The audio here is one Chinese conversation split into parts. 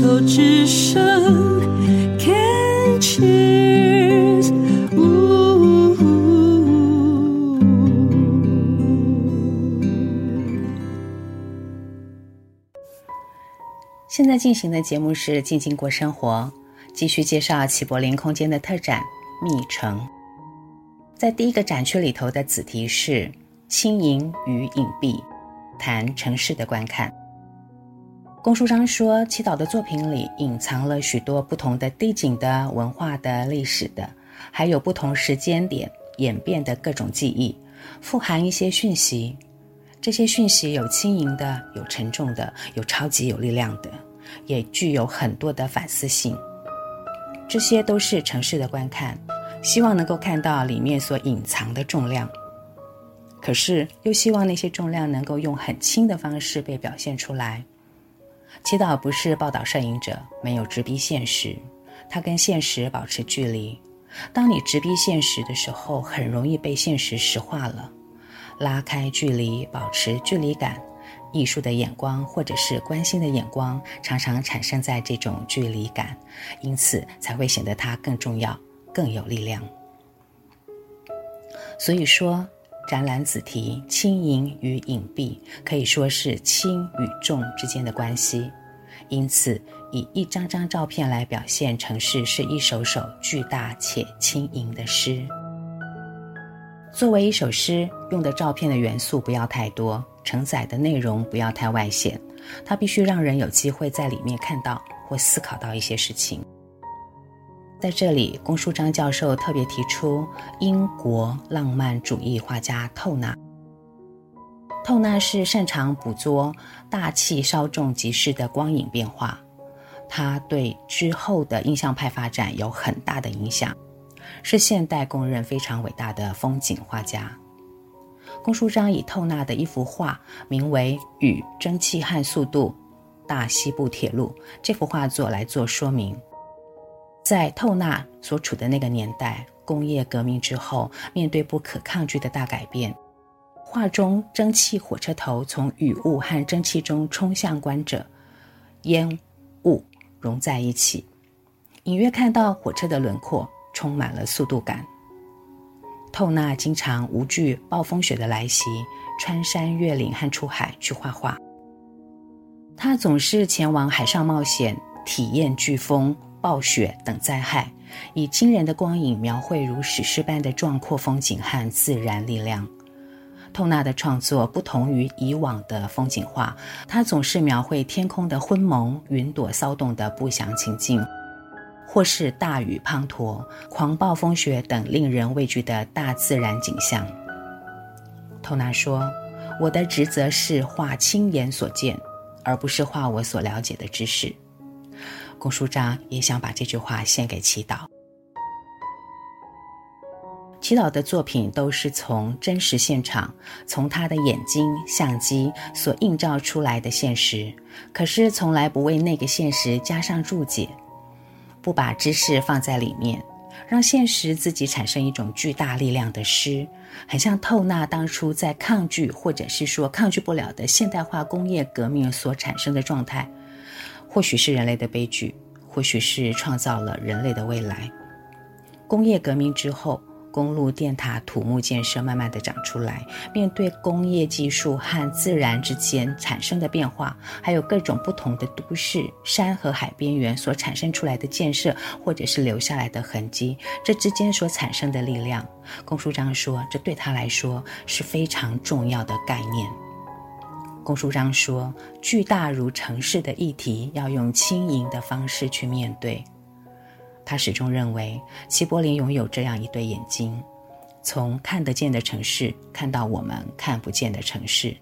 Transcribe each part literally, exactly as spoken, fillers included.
手之声 Can Cheers。 现在进行的节目是静静过生活，继续介绍齐柏林空间的特展密城。在第一个展区里头的子题是轻盈与隐蔽，谈城市的观看。龚书章说，祈祷的作品里隐藏了许多不同的地景的、文化的、历史的，还有不同时间点演变的各种记忆，富含一些讯息。这些讯息有轻盈的，有沉重的，有超级有力量的，也具有很多的反思性。这些都是城市的观看，希望能够看到里面所隐藏的重量，可是又希望那些重量能够用很轻的方式被表现出来。祈祷不是报道摄影者，没有直逼现实，它跟现实保持距离。当你直逼现实的时候，很容易被现实石化了。拉开距离，保持距离感，艺术的眼光或者是关心的眼光常常产生在这种距离感，因此才会显得它更重要，更有力量。所以说，展览子题轻盈与隐蔽可以说是轻与重之间的关系，因此以一张张照片来表现城市是一首首巨大且轻盈的诗。作为一首诗，用的照片的元素不要太多，承载的内容不要太外显，它必须让人有机会在里面看到或思考到一些事情。在这里，龚书章教授特别提出英国浪漫主义画家透纳。透纳是擅长捕捉大气稍纵即逝的光影变化，他对之后的印象派发展有很大的影响，是现代公认非常伟大的风景画家。龚书章以透纳的一幅画名为《雨、蒸汽和速度：大西部铁路》这幅画作来做说明。在透纳所处的那个年代，工业革命之后，面对不可抗拒的大改变，画中蒸汽火车头从雨雾和蒸汽中冲向观者，烟雾融在一起，隐约看到火车的轮廓，充满了速度感。透纳经常无惧暴风雪的来袭，穿山越岭和出海去画画。他总是前往海上冒险，体验飓风、暴雪等灾害，以惊人的光影描绘如史诗般的壮阔风景和自然力量。透纳的创作不同于以往的风景画，他总是描绘天空的昏蒙、云朵骚动的不祥情境，或是大雨滂沱、狂暴风雪等令人畏惧的大自然景象。透纳说，我的职责是画亲眼所见，而不是画我所了解的知识。龚书章也想把这句话献给祈祷。祈祷的作品都是从真实现场，从他的眼睛、相机所映照出来的现实，可是从来不为那个现实加上注解，不把知识放在里面，让现实自己产生一种巨大力量的诗，很像透纳当初在抗拒或者是说抗拒不了的现代化工业革命所产生的状态。或许是人类的悲剧，或许是创造了人类的未来。工业革命之后，公路、电塔、土木建设慢慢地长出来，面对工业技术和自然之间产生的变化，还有各种不同的都市、山和海边缘所产生出来的建设，或者是留下来的痕迹，这之间所产生的力量，龚书章说，这对他来说是非常重要的概念。龚书章说，巨大如城市的议题要用轻盈的方式去面对。他始终认为齐柏林拥有这样一对眼睛，从看得见的城市看到我们看不见的城市。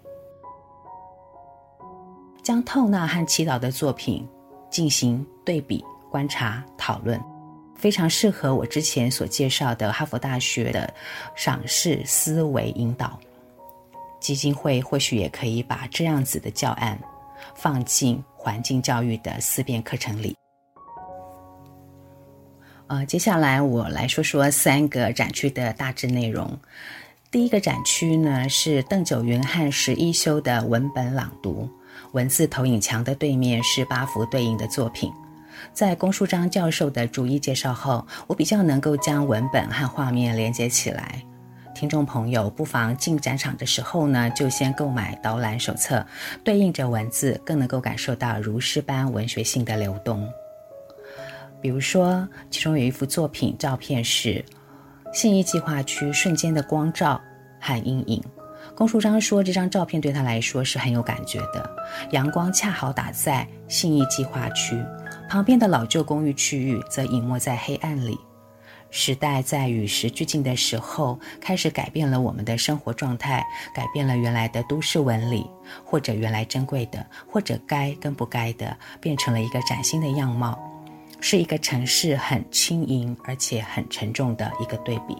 将透纳和祈祷的作品进行对比、观察、讨论，非常适合我之前所介绍的哈佛大学的赏识思维引导。基金会或许也可以把这样子的教案放进环境教育的思辨课程里。呃，接下来我来说说三个展区的大致内容。第一个展区呢是邓九云和石一修的文本朗读， 文字投影墙的对面是八幅对应的作品。在龚书章教授的逐一介绍后，我比较能够将文本和画面连接起来。听众朋友不妨进展场的时候呢，就先购买导览手册，对应着文字，更能够感受到如诗般文学性的流动。比如说，其中有一幅作品照片是信义计划区瞬间的光照和阴影。龚书章说，这张照片对他来说是很有感觉的。阳光恰好打在信义计划区，旁边的老旧公寓区域则隐没在黑暗里。时代在与时俱进的时候，开始改变了我们的生活状态，改变了原来的都市纹理，或者原来珍贵的，或者该跟不该的，变成了一个崭新的样貌，是一个城市很轻盈而且很沉重的一个对比。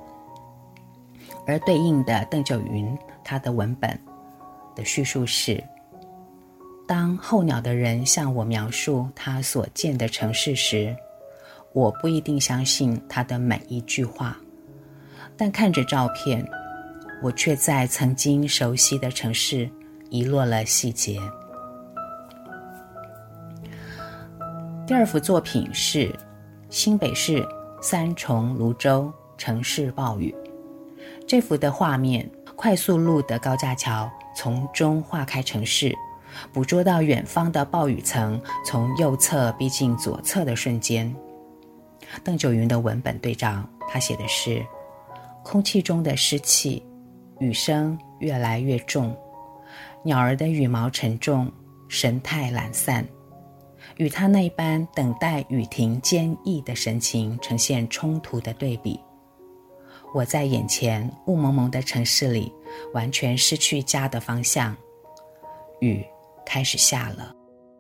而对应的邓九云，他的文本的叙述是：当候鸟的人向我描述他所见的城市时，我不一定相信他的每一句话，但看着照片，我却在曾经熟悉的城市遗落了细节。第二幅作品是新北市三重泸州城市暴雨。这幅的画面，快速路的高架桥从中划开城市，捕捉到远方的暴雨层从右侧逼近左侧的瞬间。邓九云的文本对照，他写的是：空气中的湿气，雨声越来越重，鸟儿的羽毛沉重，神态懒散，与他那般等待雨停坚毅的神情呈现冲突的对比。我在眼前雾蒙蒙的城市里，完全失去家的方向，雨开始下了。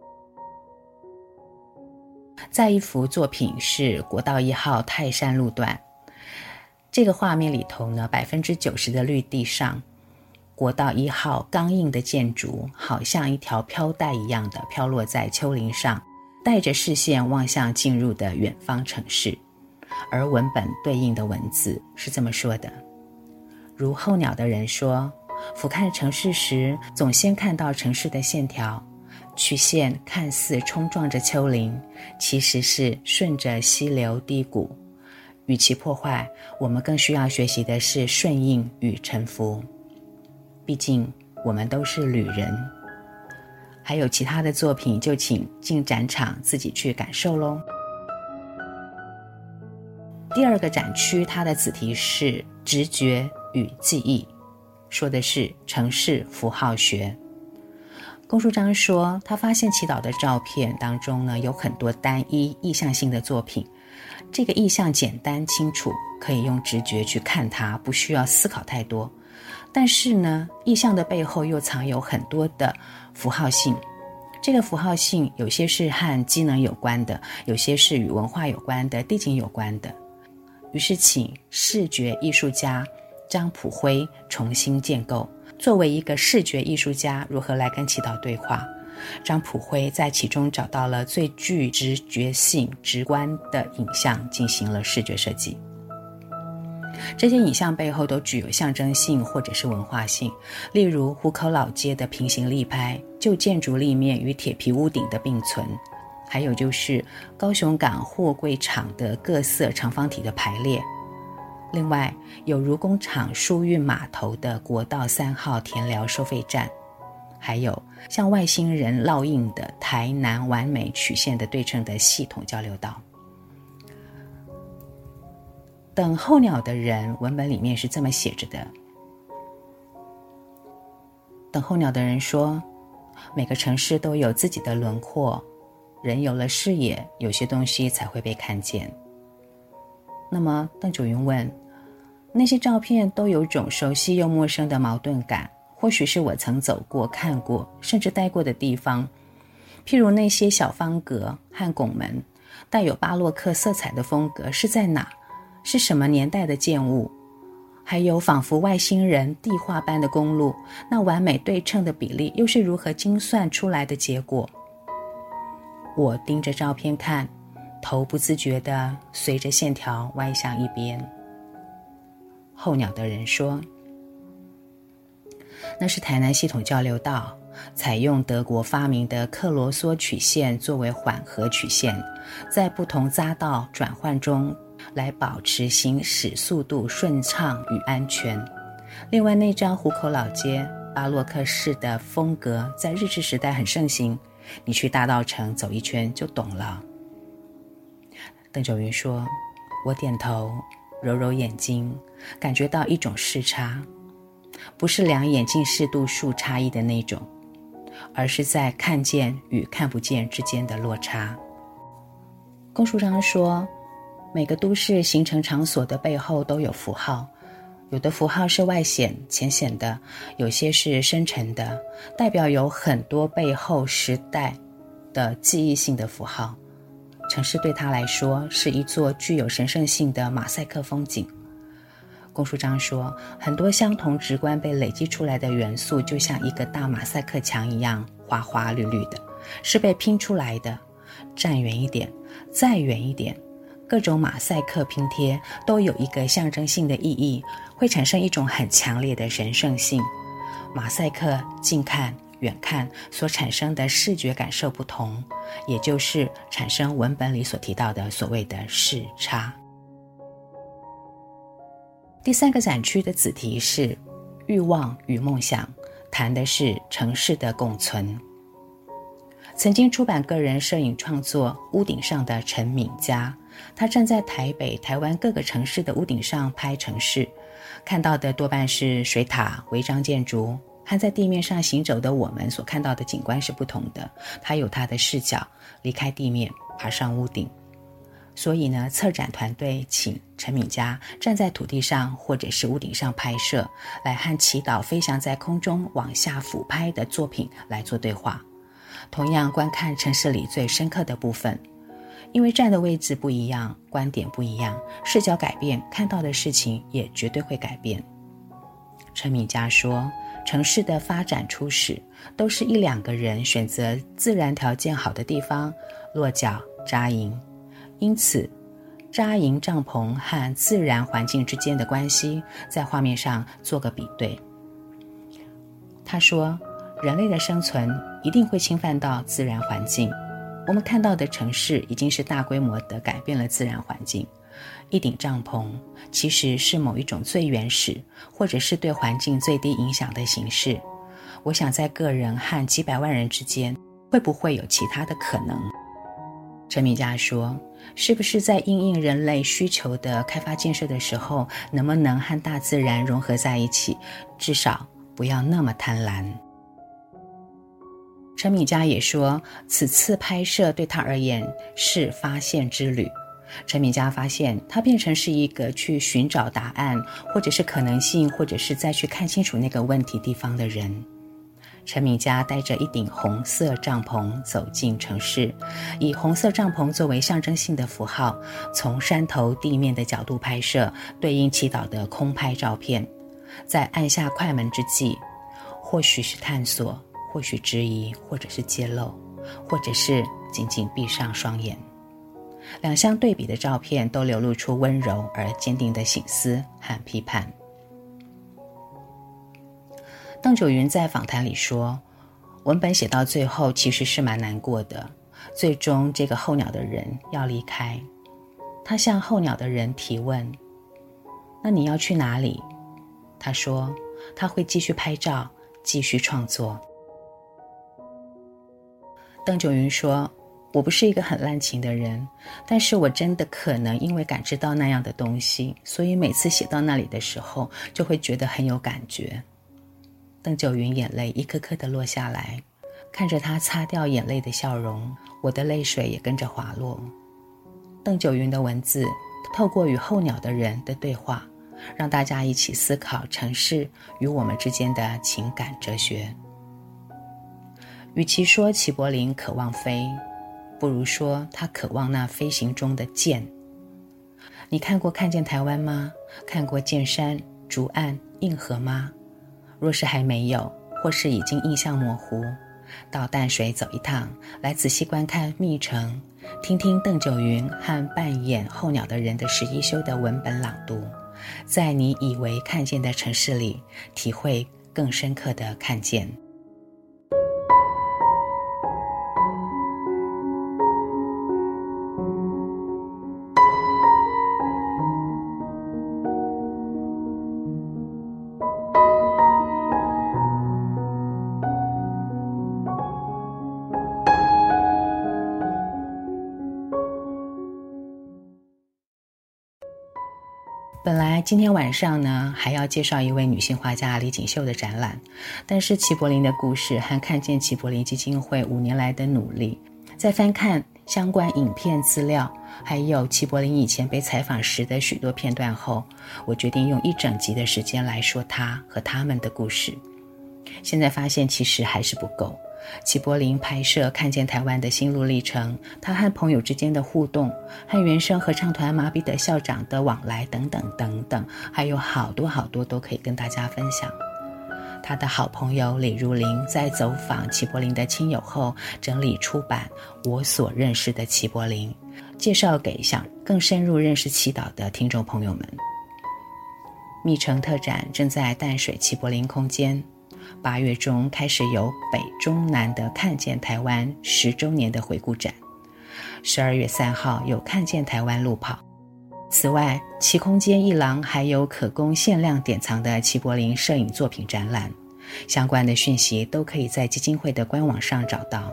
再一幅作品是国道一号泰山路段，这个画面里头呢，百分之九十的绿地上，国道一号刚硬的建筑好像一条飘带一样的飘落在丘陵上，带着视线望向进入的远方城市。而文本对应的文字是这么说的：如候鸟的人说，俯瞰城市时，总先看到城市的线条，曲线看似冲撞着丘陵，其实是顺着溪流低谷。与其破坏，我们更需要学习的是顺应与臣服。毕竟我们都是旅人。还有其他的作品，就请进展场自己去感受咯。第二个展区，它的子题是直觉与记忆，说的是城市符号学。龚书章说，他发现祈祷的照片当中呢，有很多单一意象性的作品，这个意象简单清楚，可以用直觉去看它，不需要思考太多。但是呢，意象的背后又藏有很多的符号性，这个符号性有些是和机能有关的，有些是与文化有关的，地景有关的。于是请视觉艺术家张普辉重新建构，作为一个视觉艺术家，如何来跟祈祷对话。张普辉在其中找到了最具直觉性、直观的影像，进行了视觉设计。这些影像背后都具有象征性或者是文化性，例如湖口老街的平行立拍，旧建筑立面与铁皮屋顶的并存，还有就是高雄港货柜厂的各色长方体的排列。另外有如工厂输运码头的国道三号田寮收费站，还有像外星人烙印的台南完美曲线的对称的系统交流道。等候鸟的人文本里面是这么写着的：等候鸟的人说，每个城市都有自己的轮廓，人有了视野，有些东西才会被看见。那么邓九云问，那些照片都有种熟悉又陌生的矛盾感，或许是我曾走过、看过甚至待过的地方，譬如那些小方格和拱门，带有巴洛克色彩的风格是在哪？是什么年代的建物？还有仿佛外星人地画般的公路，那完美对称的比例又是如何精算出来的结果？我盯着照片看，头不自觉地随着线条歪向一边。候鸟的人说，那是台南系统交流道， 采用德国发明的克罗梭曲线作为缓和曲线，在不同匝道转换中来保持行驶速度顺畅与安全。另外，那张湖口老街巴洛克式的风格在日治时代很盛行，你去大稻埕走一圈就懂了。邓九云说，我点头揉揉眼睛，感觉到一种视差，不是两眼近视度数差异的那种，而是在看见与看不见之间的落差。龚书章说，每个都市形成场所的背后都有符号，有的符号是外显浅显的，有些是深沉的，代表有很多背后时代的记忆性的符号。城市对他来说是一座具有神圣性的马赛克风景。龚书章说，很多相同直观被累积出来的元素就像一个大马赛克墙一样，花花绿绿的，是被拼出来的。站远一点，再远一点，各种马赛克拼贴都有一个象征性的意义，会产生一种很强烈的神圣性。马赛克近看远看所产生的视觉感受不同，也就是产生文本里所提到的所谓的视差。第三个展区的子题是欲望与梦想，谈的是城市的共存。曾经出版个人摄影创作《屋顶上的陈敏佳》，他站在台北、台湾各个城市的屋顶上拍城市，看到的多半是水塔、违章建筑，和在地面上行走的我们所看到的景观是不同的。他有他的视角，离开地面，爬上屋顶。所以呢，策展团队请陈敏佳站在土地上或者是屋顶上拍摄，来和祈祷飞翔在空中往下俯拍的作品来做对话。同样观看城市里最深刻的部分，因为站的位置不一样，观点不一样，视角改变，看到的事情也绝对会改变。陈敏佳说，城市的发展初始都是一两个人选择自然条件好的地方落脚扎营，因此扎营帐篷和自然环境之间的关系在画面上做个比对。他说，人类的生存一定会侵犯到自然环境，我们看到的城市已经是大规模地改变了自然环境。一顶帐篷其实是某一种最原始或者是对环境最低影响的形式。我想在个人和几百万人之间，会不会有其他的可能？陈敏佳说，是不是在因应人类需求的开发建设的时候，能不能和大自然融合在一起，至少不要那么贪婪。陈敏佳也说，此次拍摄对他而言是发现之旅。陈敏佳发现他变成是一个去寻找答案，或者是可能性，或者是再去看清楚那个问题地方的人。陈敏佳带着一顶红色帐篷走进城市，以红色帐篷作为象征性的符号，从山头地面的角度拍摄对应祈祷的空拍照片。在按下快门之际，或许是探索，或许质疑，或者是揭露，或者是紧紧闭上双眼。两相对比的照片都流露出温柔而坚定的省思和批判。邓九云在访谈里说，文本写到最后其实是蛮难过的，最终这个候鸟的人要离开。他向候鸟的人提问，那你要去哪里？他说他会继续拍照，继续创作。邓九云说，我不是一个很滥情的人，但是我真的可能因为感知到那样的东西，所以每次写到那里的时候就会觉得很有感觉。邓九云眼泪一颗颗地落下来，看着他擦掉眼泪的笑容，我的泪水也跟着滑落。邓九云的文字透过与候鸟的人的对话，让大家一起思考城市与我们之间的情感哲学。与其说齐柏林渴望飞，不如说他渴望那飞行中的见。你看过看见台湾吗？看过剑山、竹岸、硬河吗？若是还没有，或是已经印象模糊，到淡水走一趟，来仔细观看密城，听听邓九云和扮演候鸟的人的石一修的文本朗读，在你以为看见的城市里，体会更深刻的看见。 本来今天晚上呢还要介绍一位女性画家李锦绣的展览，但是齐柏林的故事和看见齐柏林基金会五年来的努力，在翻看相关影片资料，还有齐柏林以前被采访时的许多片段后，我决定用一整集的时间来说他和他们的故事。现在发现其实还是不够，齐柏林拍摄看见台湾的心路历程，他和朋友之间的互动，和原声合唱团马彼得校长的往来等等等等，还有好多好多都可以跟大家分享。他的好朋友李如林在走访齐柏林的亲友后，整理出版《我所认识的齐柏林》，介绍给想更深入认识祈祷的听众朋友们。密城特展正在淡水齐柏林空间，八月中开始由北中南的看见台湾十周年的回顾展，十二月三号有看见台湾路跑。此外，齐空间一廊还有可供限量典藏的齐柏林摄影作品展览，相关的讯息都可以在基金会的官网上找到。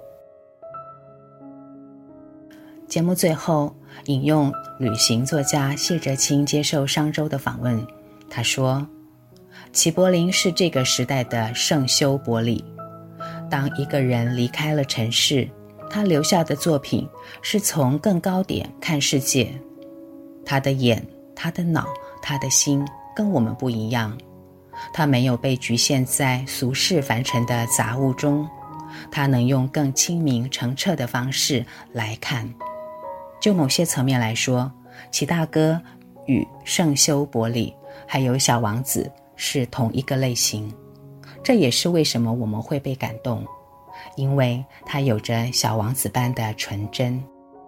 节目最后引用旅行作家谢哲青接受商周的访问，他说，齐柏林是这个时代的圣修伯里。当一个人离开了城市，他留下的作品是从更高点看世界。他的眼，他的脑，他的心跟我们不一样，他没有被局限在俗世凡尘的杂物中，他能用更清明澄澈的方式来看。就某些层面来说，齐大哥与圣修伯里还有小王子是同一个类型，这也是为什么我们会被感动，因为他有着小王子般的纯真。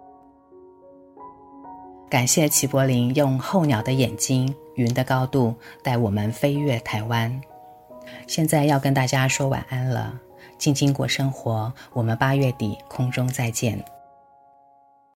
感谢齐柏林用候鸟的眼睛、云的高度带我们飞越台湾。现在要跟大家说晚安了，静静过生活，我们八月底空中再见。